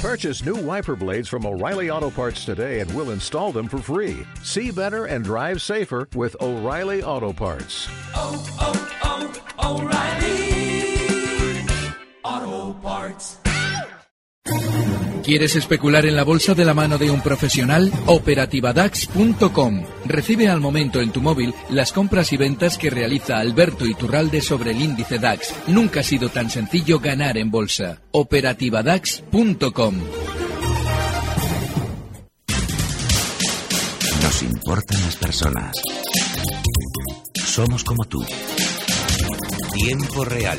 Purchase new wiper blades from O'Reilly Auto Parts today and we'll install them for free. See better and drive safer with O'Reilly Auto Parts. O'Reilly Auto Parts. ¿Quieres especular en la bolsa de la mano de un profesional? Operativadax.com. Recibe al momento en tu móvil las compras y ventas que realiza Alberto Iturralde sobre el índice DAX. Nunca ha sido tan sencillo ganar en bolsa. Operativadax.com. Nos importan las personas. Somos como tú. Tiempo real.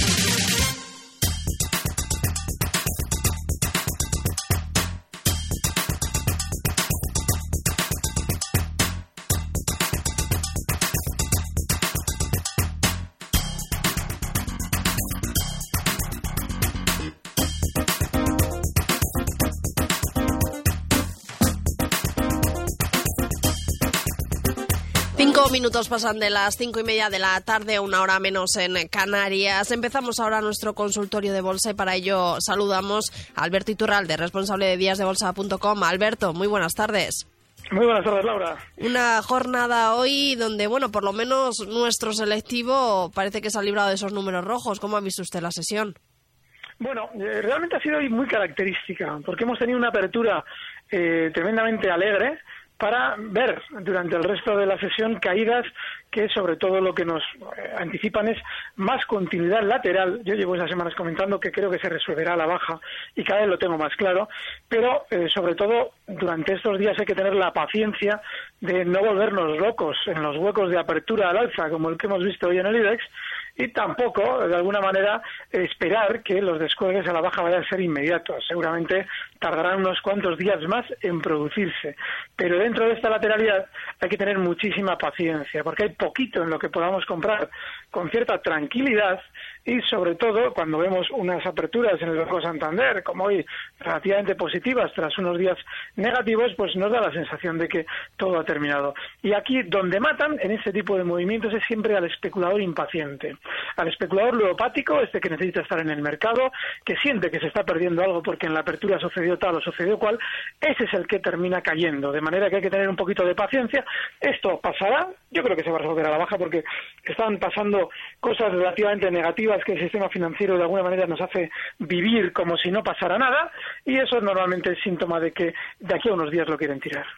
Minutos pasan de las 5:30 de la tarde, 1 hora menos en Canarias. Empezamos ahora nuestro consultorio de bolsa y para ello saludamos a Alberto Iturralde, responsable de díasdebolsa.com. Alberto, muy buenas tardes. Muy buenas tardes, Laura. Una jornada hoy donde, bueno, por lo menos nuestro selectivo parece que se ha librado de esos números rojos. ¿Cómo ha visto usted la sesión? Bueno, realmente ha sido hoy muy característica, porque hemos tenido una apertura tremendamente alegre, para ver durante el resto de la sesión caídas que sobre todo lo que nos anticipan es más continuidad lateral. Yo llevo esas semanas comentando que creo que se resolverá a la baja y cada vez lo tengo más claro, pero sobre todo durante estos días hay que tener la paciencia de no volvernos locos en los huecos de apertura al alza como el que hemos visto hoy en el IBEX, y tampoco, de alguna manera, esperar que los descuelgues a la baja vayan a ser inmediatos. Seguramente tardarán unos cuantos días más en producirse. Pero dentro de esta lateralidad hay que tener muchísima paciencia, porque hay poquito en lo que podamos comprar con cierta tranquilidad y, sobre todo, cuando vemos unas aperturas en el Banco Santander, como hoy, relativamente positivas tras unos días negativos, pues nos da la sensación de que todo ha terminado. Y aquí, donde matan en este tipo de movimientos es siempre al especulador impaciente. Al especulador ludopático, que necesita estar en el mercado, que siente que se está perdiendo algo porque en la apertura sucedió tal o sucedió cual, ese es el que termina cayendo, de manera que hay que tener un poquito de paciencia. Esto pasará, yo creo que se va a resolver a la baja porque están pasando cosas relativamente negativas que el sistema financiero de alguna manera nos hace vivir como si no pasara nada, y eso normalmente es síntoma de que de aquí a unos días lo quieren tirar.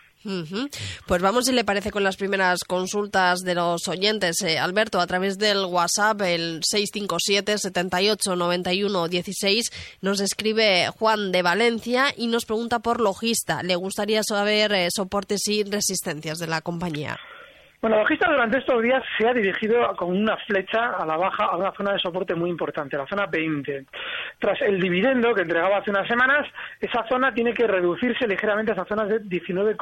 Pues vamos, si le parece, con las primeras consultas de los oyentes. Alberto, a través del WhatsApp, el 657 78 91 16, nos escribe Juan de Valencia y nos pregunta por Logista. Le gustaría saber soportes y resistencias de la compañía. Bueno, Logista durante estos días se ha dirigido con una flecha a la baja a una zona de soporte muy importante, la zona 20. Tras el dividendo que entregaba hace unas semanas, esa zona tiene que reducirse ligeramente a esas zonas de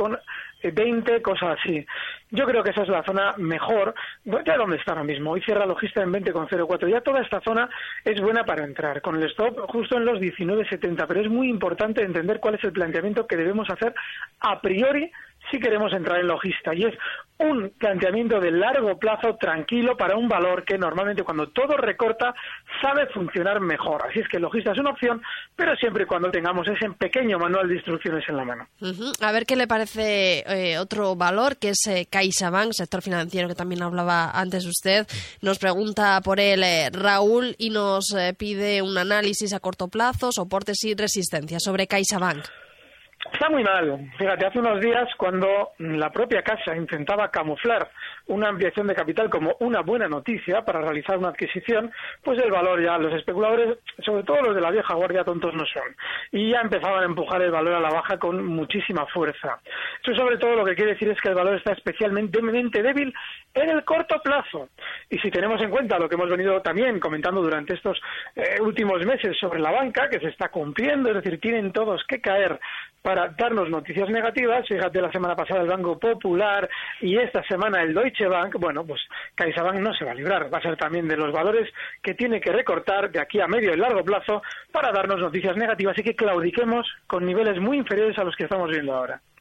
19,20, cosas así. Yo creo que esa es la zona mejor, ya donde está ahora mismo. Hoy cierra Logista en 20,04. Ya toda esta zona es buena para entrar, con el stop justo en los 19,70, pero es muy importante entender cuál es el planteamiento que debemos hacer a priori si queremos entrar en Logista, y es un planteamiento de largo plazo tranquilo para un valor que normalmente cuando todo recorta sabe funcionar mejor. Así es que Logista es una opción, pero siempre y cuando tengamos ese pequeño manual de instrucciones en la mano. A ver qué le parece otro valor, que es CaixaBank, sector financiero, que también hablaba antes usted. Nos pregunta por él Raúl y nos pide un análisis a corto plazo, soportes y resistencias sobre CaixaBank. Está muy mal. Fíjate, hace unos días cuando la propia Caixa intentaba camuflar una ampliación de capital como una buena noticia para realizar una adquisición, pues el valor ya, los especuladores, sobre todo los de la vieja guardia, tontos no son. Y ya empezaban a empujar el valor a la baja con muchísima fuerza. Eso sobre todo lo que quiere decir es que el valor está especialmente débil en el corto plazo. Y si tenemos en cuenta lo que hemos venido también comentando durante estos últimos meses sobre la banca, que se está cumpliendo, es decir, tienen todos que caer para darnos noticias negativas. Fíjate, la semana pasada el Banco Popular y esta semana el Deutsche Bank. Bueno, pues CaixaBank no se va a librar, va a ser también de los valores que tiene que recortar de aquí a medio y largo plazo para darnos noticias negativas y que claudiquemos con niveles muy inferiores a los que estamos viendo ahora.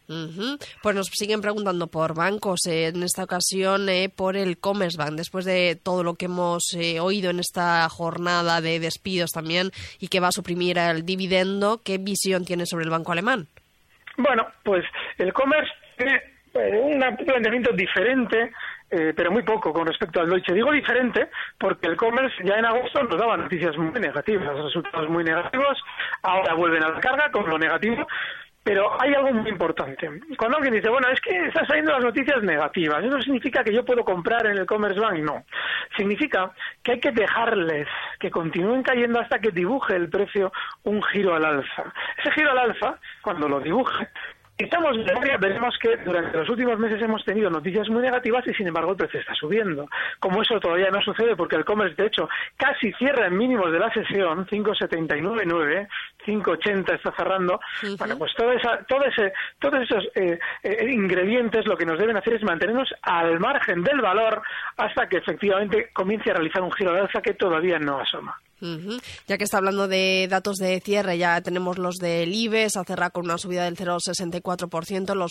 Pues nos siguen preguntando por bancos, en esta ocasión por el Commerzbank, después de todo lo que hemos oído en esta jornada de despidos también y que va a suprimir el dividendo. ¿Qué visión tiene sobre el banco alemán? Bueno, pues el Commerz tiene un planteamiento diferente, pero muy poco con respecto al Deutsche. Digo diferente porque el Commerz ya en agosto nos daba noticias muy negativas, resultados muy negativos, ahora vuelven a la carga con lo negativo. Pero hay algo muy importante. Cuando alguien dice, bueno, es que están saliendo las noticias negativas, ¿eso significa que yo puedo comprar en el Commerzbank? No. Significa que hay que dejarles que continúen cayendo hasta que dibuje el precio un giro al alza. Ese giro al alza, cuando lo dibuje, estamos de memoria, veremos que durante los últimos meses hemos tenido noticias muy negativas y sin embargo el precio está subiendo. Como eso todavía no sucede porque el Commerz de hecho casi cierra en mínimos de la sesión, 5,79,9, 5,80 está cerrando. Bueno, pues todos esos ingredientes lo que nos deben hacer es mantenernos al margen del valor hasta que efectivamente comience a realizar un giro de alza que todavía no asoma. Ya que está hablando de datos de cierre, ya tenemos los del IBEX, a cerrar con una subida del 0,64%, los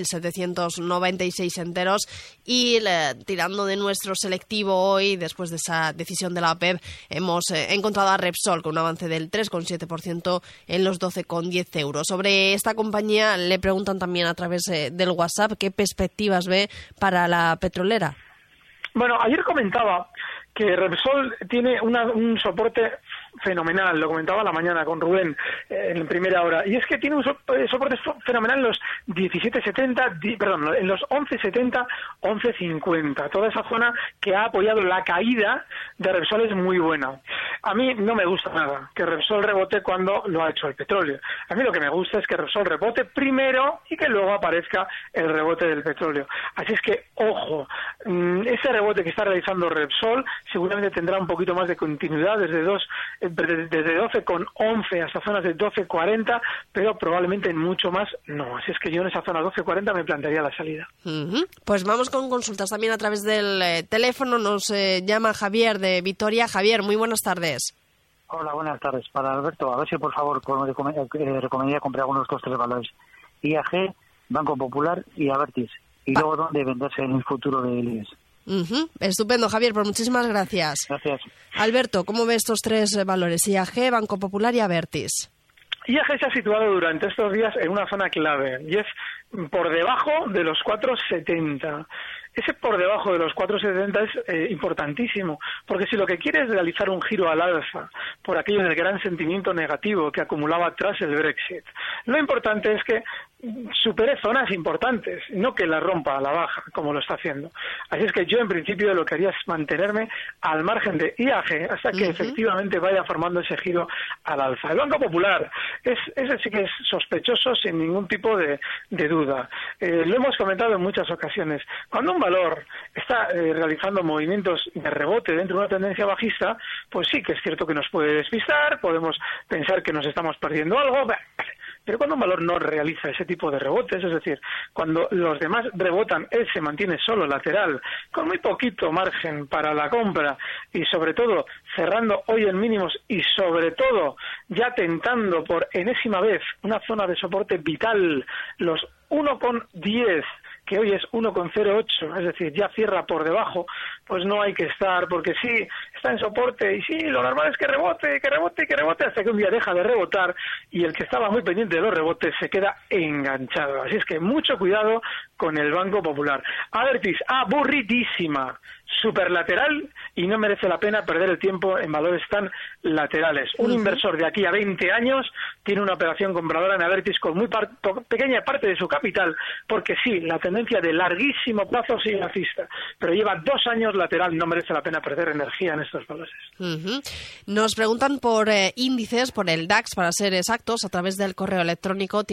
8.796 enteros, y tirando de nuestro selectivo hoy, después de esa decisión de la PEP, hemos encontrado a Repsol con un avance del 3,7% en los 12,10 euros. Sobre esta compañía le preguntan también a través del WhatsApp qué perspectivas ve para la petrolera. Bueno, ayer comentaba que Repsol tiene un soporte fenomenal, lo comentaba a la mañana con Rubén en primera hora, y es que tiene un soporte fenomenal en los 17.70, en los 11.70, 11.50, toda esa zona que ha apoyado la caída de Repsol es muy buena. A mí no me gusta nada que Repsol rebote cuando lo ha hecho el petróleo. A mí lo que me gusta es que Repsol rebote primero y que luego aparezca el rebote del petróleo. Así es que, ojo, ese rebote que está realizando Repsol seguramente tendrá un poquito más de continuidad desde 12,11 hasta zonas de 12,40, pero probablemente en mucho más no. Así es que yo en esa zona 12,40 me plantearía la salida. Pues vamos con consultas también a través del teléfono. Nos llama Javier de Vitoria. Javier, muy buenas tardes. Hola, buenas tardes. Para Alberto, a ver si por favor recomendaría comprar algunos costes de valores. IAG, Banco Popular y Abertis. Y luego dónde venderse en el futuro de IBEX. Estupendo, Javier, pues muchísimas gracias. Gracias. Alberto, ¿cómo ves estos tres valores? IAG, Banco Popular y Abertis. IAG se ha situado durante estos días en una zona clave y es por debajo de los 4,70. Ese por debajo de los 4,70 es importantísimo, porque si lo que quiere es realizar un giro al alza por aquello del gran sentimiento negativo que acumulaba tras el Brexit, lo importante es que supere zonas importantes, no que la rompa a la baja, como lo está haciendo. Así es que yo, en principio, lo que haría es mantenerme al margen de IAG hasta que efectivamente vaya formando ese giro al alza. El Banco Popular, ese sí que es sospechoso sin ningún tipo de duda. Lo hemos comentado en muchas ocasiones. Cuando un valor está realizando movimientos de rebote dentro de una tendencia bajista, pues sí que es cierto que nos puede despistar, podemos pensar que nos estamos perdiendo algo, pero cuando un valor no realiza ese tipo de rebotes, es decir, cuando los demás rebotan, él se mantiene solo lateral, con muy poquito margen para la compra y sobre todo cerrando hoy en mínimos y sobre todo ya tentando por enésima vez una zona de soporte vital, los 1,10, que hoy es 1,08, es decir, ya cierra por debajo, pues no hay que estar, porque sí, está en soporte, y sí, lo normal es que rebote, hasta que un día deja de rebotar, y el que estaba muy pendiente de los rebotes se queda enganchado. Así es que mucho cuidado con el Banco Popular. Abertis, aburridísima, superlateral, y no merece la pena perder el tiempo en valores tan laterales. Un inversor de aquí a 20 años tiene una operación compradora en Abertis con muy pequeña parte de su capital, porque sí, la tendencia de larguísimo plazo sigue alcista, pero lleva 2 años lateral, no merece la pena perder energía en estos valores. Nos preguntan por índices, por el DAX, para ser exactos, a través del correo electrónico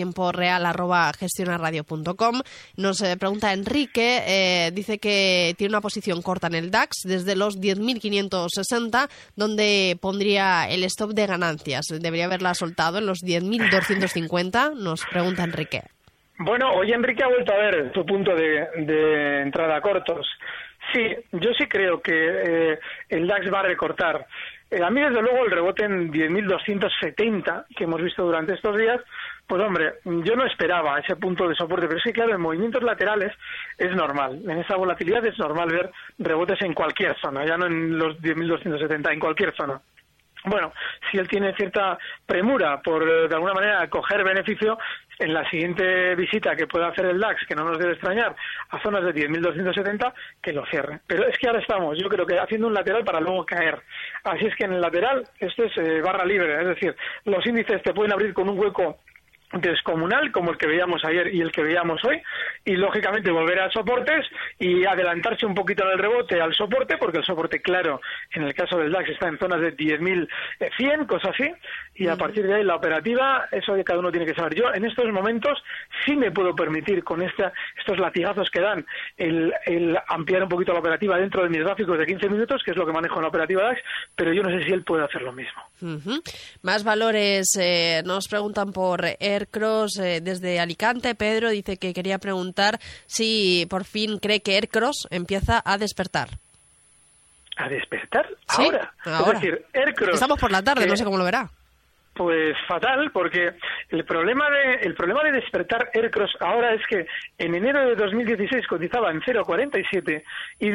tiemporeal@gestionarradio.com. Nos pregunta Enrique, dice que tiene una posición corta en el DAX desde los 10.560, donde pondría el stop de ganancias. Debería haberla soltado en los 10.250, nos pregunta Enrique. Bueno, hoy Enrique ha vuelto a ver su punto de entrada cortos. Sí, yo sí creo que el DAX va a recortar. A mí, desde luego, el rebote en 10.270 que hemos visto durante estos días, pues hombre, yo no esperaba ese punto de soporte, pero es que claro, en movimientos laterales es normal, en esa volatilidad es normal ver rebotes en cualquier zona, ya no en los 10.270, en cualquier zona. Bueno, si él tiene cierta premura por, de alguna manera, coger beneficio, en la siguiente visita que pueda hacer el DAX, que no nos debe extrañar, a zonas de 10.270, que lo cierre. Pero es que ahora estamos, yo creo que haciendo un lateral para luego caer. Así es que en el lateral esto es barra libre, es decir, los índices te pueden abrir con un hueco descomunal como el que veíamos ayer y el que veíamos hoy, y lógicamente volver a soportes y adelantarse un poquito en el rebote al soporte, porque el soporte, claro, en el caso del DAX está en zonas de 10.100, cosas así, y a partir de ahí la operativa, eso de cada uno tiene que saber. Yo en estos momentos sí me puedo permitir, con estos latigazos que dan, el ampliar un poquito la operativa dentro de mis gráficos de 15 minutos, que es lo que manejo en la operativa DAX, pero yo no sé si él puede hacer lo mismo. Más valores, nos preguntan por Aircross desde Alicante. Pedro dice que quería preguntar si por fin cree que Aircross empieza a despertar. ¿A despertar? ¿Sí? Ahora. Es decir, Aircross... Estamos por la tarde, no sé cómo lo verá. Pues fatal, porque el problema de despertar Aircross ahora es que en enero de 2016 cotizaba en 0,47 y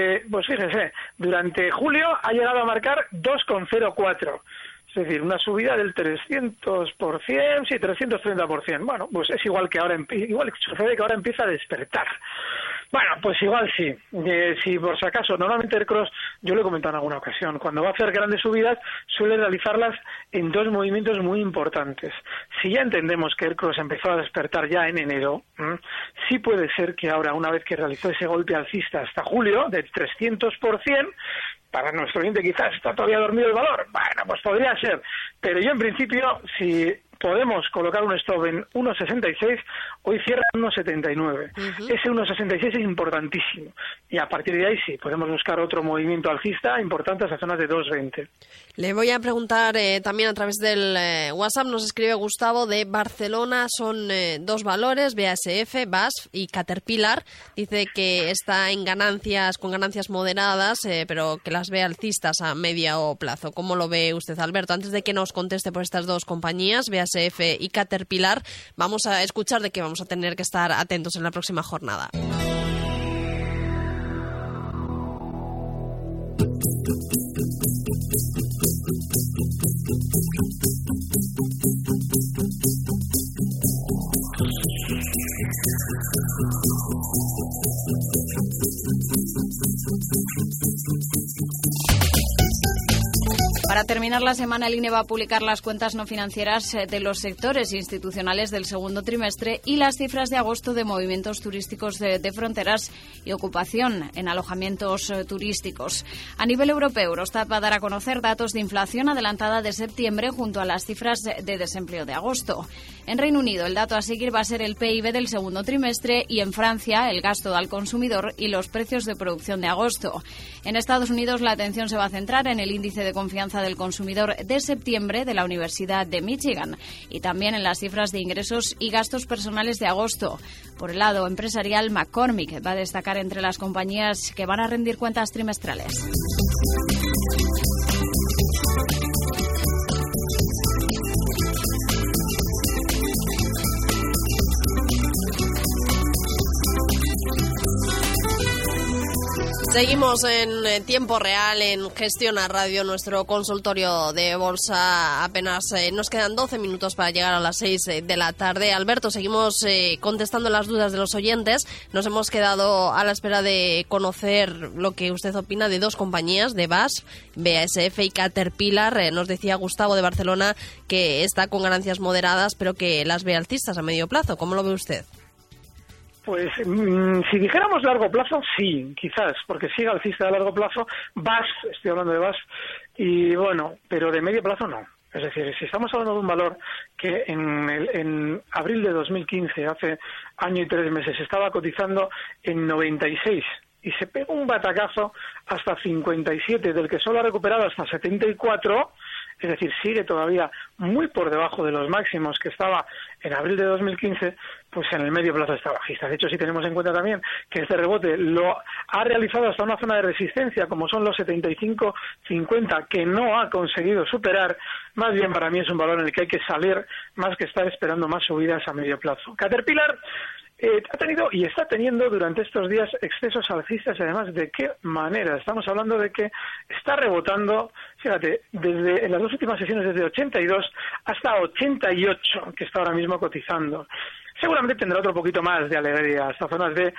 durante julio ha llegado a marcar 2,04. Es decir, una subida del 300%, sí, 330%. Bueno, pues es igual que ahora, igual sucede que ahora empieza a despertar. Bueno, pues igual sí. Si por si acaso, normalmente Aircross, yo lo he comentado en alguna ocasión, cuando va a hacer grandes subidas suele realizarlas en dos movimientos muy importantes. Si ya entendemos que Aircross empezó a despertar ya en enero, sí puede ser que ahora, una vez que realizó ese golpe alcista hasta julio del 300%, para nuestro oyente quizás está todavía dormido el valor. Bueno, pues podría ser. Pero yo en principio, si podemos colocar un stop en 1,66, hoy cierra en 1,79. Ese 1,66 es importantísimo. Y a partir de ahí sí, podemos buscar otro movimiento alcista importante hasta zonas de 2,20. Le voy a preguntar también a través del WhatsApp, nos escribe Gustavo de Barcelona, son dos valores, BASF, BASF y Caterpillar. Dice que está en ganancias, con ganancias moderadas, pero que las ve alcistas a medio plazo. ¿Cómo lo ve usted, Alberto? Antes de que nos conteste por estas dos compañías, BASF y Caterpillar, vamos a escuchar de qué vamos a tener que estar atentos en la próxima jornada. Para terminar la semana, el INE va a publicar las cuentas no financieras de los sectores institucionales del segundo trimestre y las cifras de agosto de movimientos turísticos de fronteras y ocupación en alojamientos turísticos. A nivel europeo, Eurostat va a dar a conocer datos de inflación adelantada de septiembre junto a las cifras de desempleo de agosto. En Reino Unido, el dato a seguir va a ser el PIB del segundo trimestre y en Francia, el gasto al consumidor y los precios de producción de agosto. En Estados Unidos, la atención se va a centrar en el índice de confianza del consumidor de septiembre de la Universidad de Michigan y también en las cifras de ingresos y gastos personales de agosto. Por el lado empresarial, McCormick va a destacar entre las compañías que van a rendir cuentas trimestrales. Seguimos en tiempo real en Gestiona Radio, nuestro consultorio de bolsa. Apenas nos quedan 12 minutos para llegar a las 6 de la tarde. Alberto, seguimos contestando las dudas de los oyentes. Nos hemos quedado a la espera de conocer lo que usted opina de dos compañías, de BASF y Caterpillar. Nos decía Gustavo de Barcelona que está con ganancias moderadas, pero que las ve alcistas a medio plazo. ¿Cómo lo ve usted? Pues si dijéramos largo plazo, sí, quizás, porque sigue alcista de largo plazo, BASF, estoy hablando de BASF, y bueno, pero de medio plazo no. Es decir, si estamos hablando de un valor que en abril de 2015, hace año y 3 meses, estaba cotizando en 96 y se pegó un batacazo hasta 57, del que solo ha recuperado hasta 74, es decir, sigue todavía muy por debajo de los máximos que estaba en abril de 2015, pues en el medio plazo está bajista. De hecho, si tenemos en cuenta también que este rebote lo ha realizado hasta una zona de resistencia, como son los 75.50, que no ha conseguido superar, más bien para mí es un valor en el que hay que salir, más que estar esperando más subidas a medio plazo. Caterpillar ha tenido y está teniendo durante estos días excesos alcistas, y además de qué manera. Estamos hablando de que está rebotando, fíjate, desde en las dos últimas sesiones desde 82 hasta 88, que está ahora mismo cotizando. Seguramente tendrá otro poquito más de alegría, hasta zonas de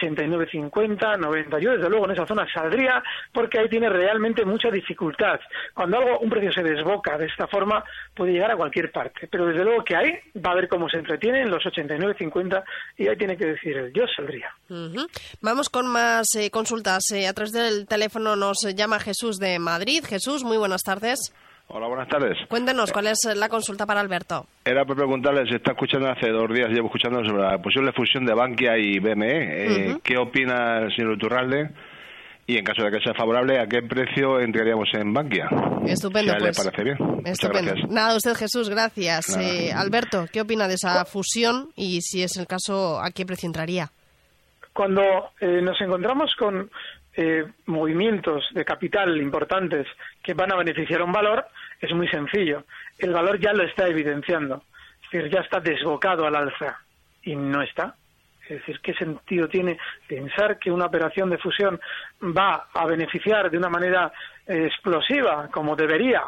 89.50, 90. Yo desde luego en esa zona saldría porque ahí tiene realmente mucha dificultad. Cuando un precio se desboca de esta forma puede llegar a cualquier parte, pero desde luego que ahí va a ver cómo se entretiene en los 89.50 y ahí tiene que decir él, yo saldría. Vamos con más consultas. A través del teléfono nos llama Jesús de Madrid. Jesús, muy buenas tardes. Hola, buenas tardes. Cuéntenos, ¿cuál es la consulta para Alberto? Era por preguntarle, se está escuchando hace 2 días, llevo escuchando sobre la posible fusión de Bankia y BME. ¿Qué opina el señor Iturralde? Y en caso de que sea favorable, ¿a qué precio entraríamos en Bankia? Estupendo, si pues. ¿Le parece bien? Estupendo. Muchas gracias. Nada, usted, Jesús, gracias. Alberto, ¿qué opina de esa fusión? Y si es el caso, ¿a qué precio entraría? Cuando nos encontramos con movimientos de capital importantes que van a beneficiar a un valor, es muy sencillo. El valor ya lo está evidenciando. Es decir, ya está desbocado al alza. Y no está. Es decir, ¿qué sentido tiene pensar que una operación de fusión va a beneficiar de una manera explosiva, como debería,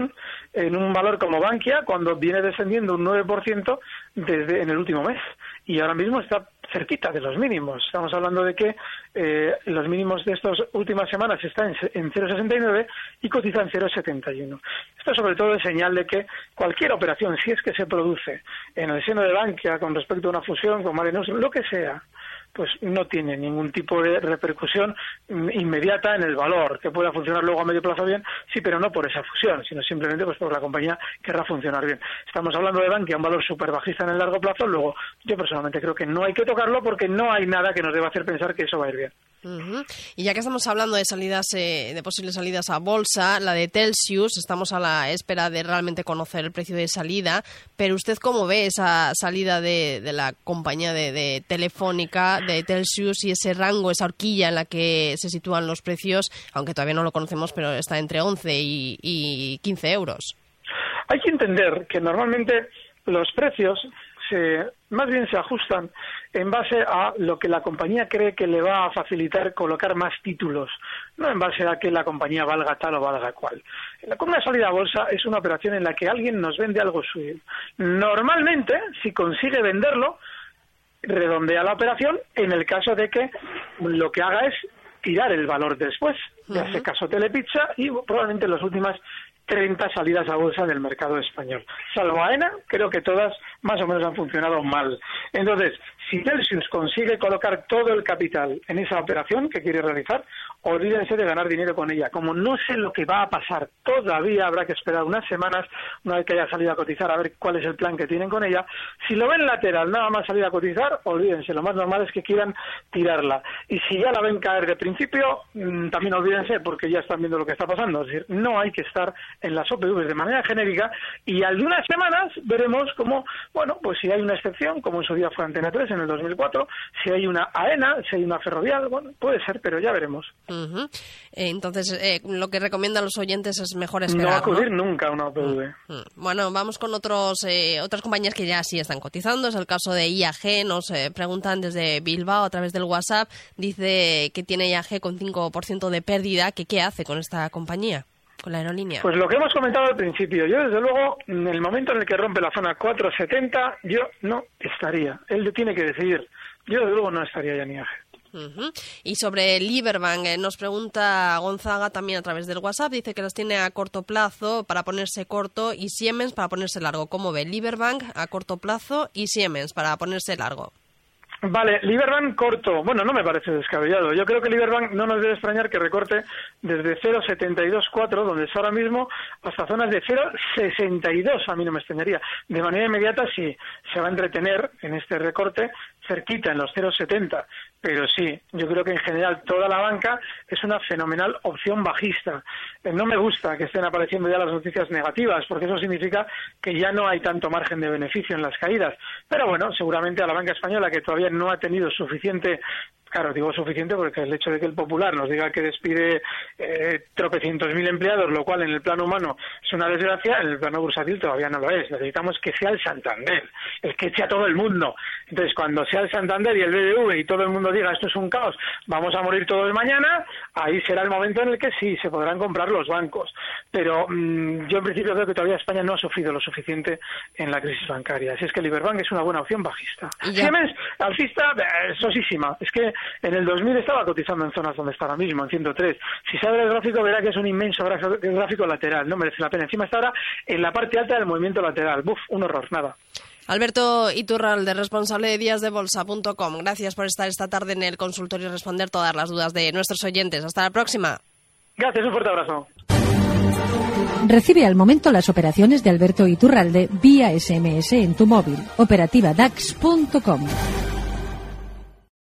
en un valor como Bankia, cuando viene descendiendo un 9% en el último mes? Y ahora mismo está cerquita de los mínimos. Estamos hablando de que los mínimos de estas últimas semanas están en 0,69 y cotizan 0,71. Esto sobre todo es señal de que cualquier operación, si es que se produce en el seno de Bankia con respecto a una fusión con Mare Nostrum, lo que sea, pues no tiene ningún tipo de repercusión inmediata en el valor, que pueda funcionar luego a medio plazo bien, sí, pero no por esa fusión, sino simplemente pues porque la compañía querrá funcionar bien. Estamos hablando de Bankia, un valor súper bajista en el largo plazo, luego yo personalmente creo que no hay que tocarlo porque no hay nada que nos deba hacer pensar que eso va a ir bien. Y ya que estamos hablando de salidas, de posibles salidas a bolsa, la de Telxius, estamos a la espera de realmente conocer el precio de salida, pero ¿usted cómo ve esa salida de la compañía de Telefónica, de Telxius, y ese rango, esa horquilla en la que se sitúan los precios, aunque todavía no lo conocemos, pero está entre 11 y 15 euros? Hay que entender que normalmente los precios más bien se ajustan en base a lo que la compañía cree que le va a facilitar colocar más títulos, no en base a que la compañía valga tal o valga cual. Una salida a bolsa es una operación en la que alguien nos vende algo suyo. Normalmente, si consigue venderlo, redondea la operación en el caso de que lo que haga es tirar el valor después. En este caso Telepizza y probablemente las últimas 30 salidas a bolsa del mercado español. Salvo AENA, creo que todas más o menos han funcionado mal. Entonces, si Telxius consigue colocar todo el capital en esa operación que quiere realizar, olvídense de ganar dinero con ella. Como no sé lo que va a pasar, todavía habrá que esperar unas semanas, una vez que haya salido a cotizar, a ver cuál es el plan que tienen con ella. Si lo ven lateral, nada más salir a cotizar, olvídense, lo más normal es que quieran tirarla. Y si ya la ven caer de principio, también olvídense, porque ya están viendo lo que está pasando. Es decir, no hay que estar en las OPVs de manera genérica, y al de unas semanas veremos cómo, bueno, pues si hay una excepción, como en su día fue Antena 3 en el 2004, si hay una AENA, si hay una Ferrovial, bueno, puede ser, pero ya veremos. Entonces, lo que recomiendan los oyentes es mejor esperar, no acudir nunca a una OPV. Bueno, vamos con otras compañías que ya sí están cotizando. Es el caso de IAG. Nos preguntan desde Bilbao a través del WhatsApp. Dice que tiene IAG con 5% de pérdida. ¿Qué hace con esta compañía, con la aerolínea? Pues lo que hemos comentado al principio. Yo, desde luego, en el momento en el que rompe la zona 470, yo no estaría. Él tiene que decidir. Yo, desde luego, no estaría ya en IAG. Y sobre Liberbank, nos pregunta Gonzaga también a través del WhatsApp, dice que las tiene a corto plazo para ponerse corto y Siemens para ponerse largo. ¿Cómo ve Liberbank a corto plazo y Siemens para ponerse largo? Vale, Liberbank corto. Bueno, no me parece descabellado. Yo creo que Liberbank no nos debe extrañar que recorte desde 0,724, donde está ahora mismo, hasta zonas de 0,62. A mí no me extrañaría. De manera inmediata, sí, se va a entretener en este recorte cerquita, en los 0,70. Pero sí, yo creo que en general toda la banca es una fenomenal opción bajista. No me gusta que estén apareciendo ya las noticias negativas, porque eso significa que ya no hay tanto margen de beneficio en las caídas. Pero bueno, seguramente a la banca española, que todavía no ha tenido suficiente, claro, digo suficiente porque el hecho de que el Popular nos diga que despide tropecientos mil empleados, lo cual en el plano humano es una desgracia, en el plano bursátil todavía no lo es. Necesitamos que sea el Santander, el que eche a todo el mundo. Entonces, cuando sea el Santander y el BBV y todo el mundo diga esto es un caos, vamos a morir todos mañana, ahí será el momento en el que sí, se podrán comprar los bancos. Pero yo en principio creo que todavía España no ha sufrido lo suficiente en la crisis bancaria. Así es que Liberbank es una buena opción bajista. Siemens, alcista, sosísima. Es que en el 2000 estaba cotizando en zonas donde está ahora mismo, en 103. Si se abre el gráfico verá que es un inmenso gráfico lateral. No merece la pena. Encima está ahora en la parte alta del movimiento lateral. Buf, un horror, nada. Alberto Iturralde, responsable de díasdebolsa.com. Gracias por estar esta tarde en el consultorio y responder todas las dudas de nuestros oyentes. Hasta la próxima. Gracias, un fuerte abrazo. Recibe al momento las operaciones de Alberto Iturralde vía SMS en tu móvil. Operativa DAX.com.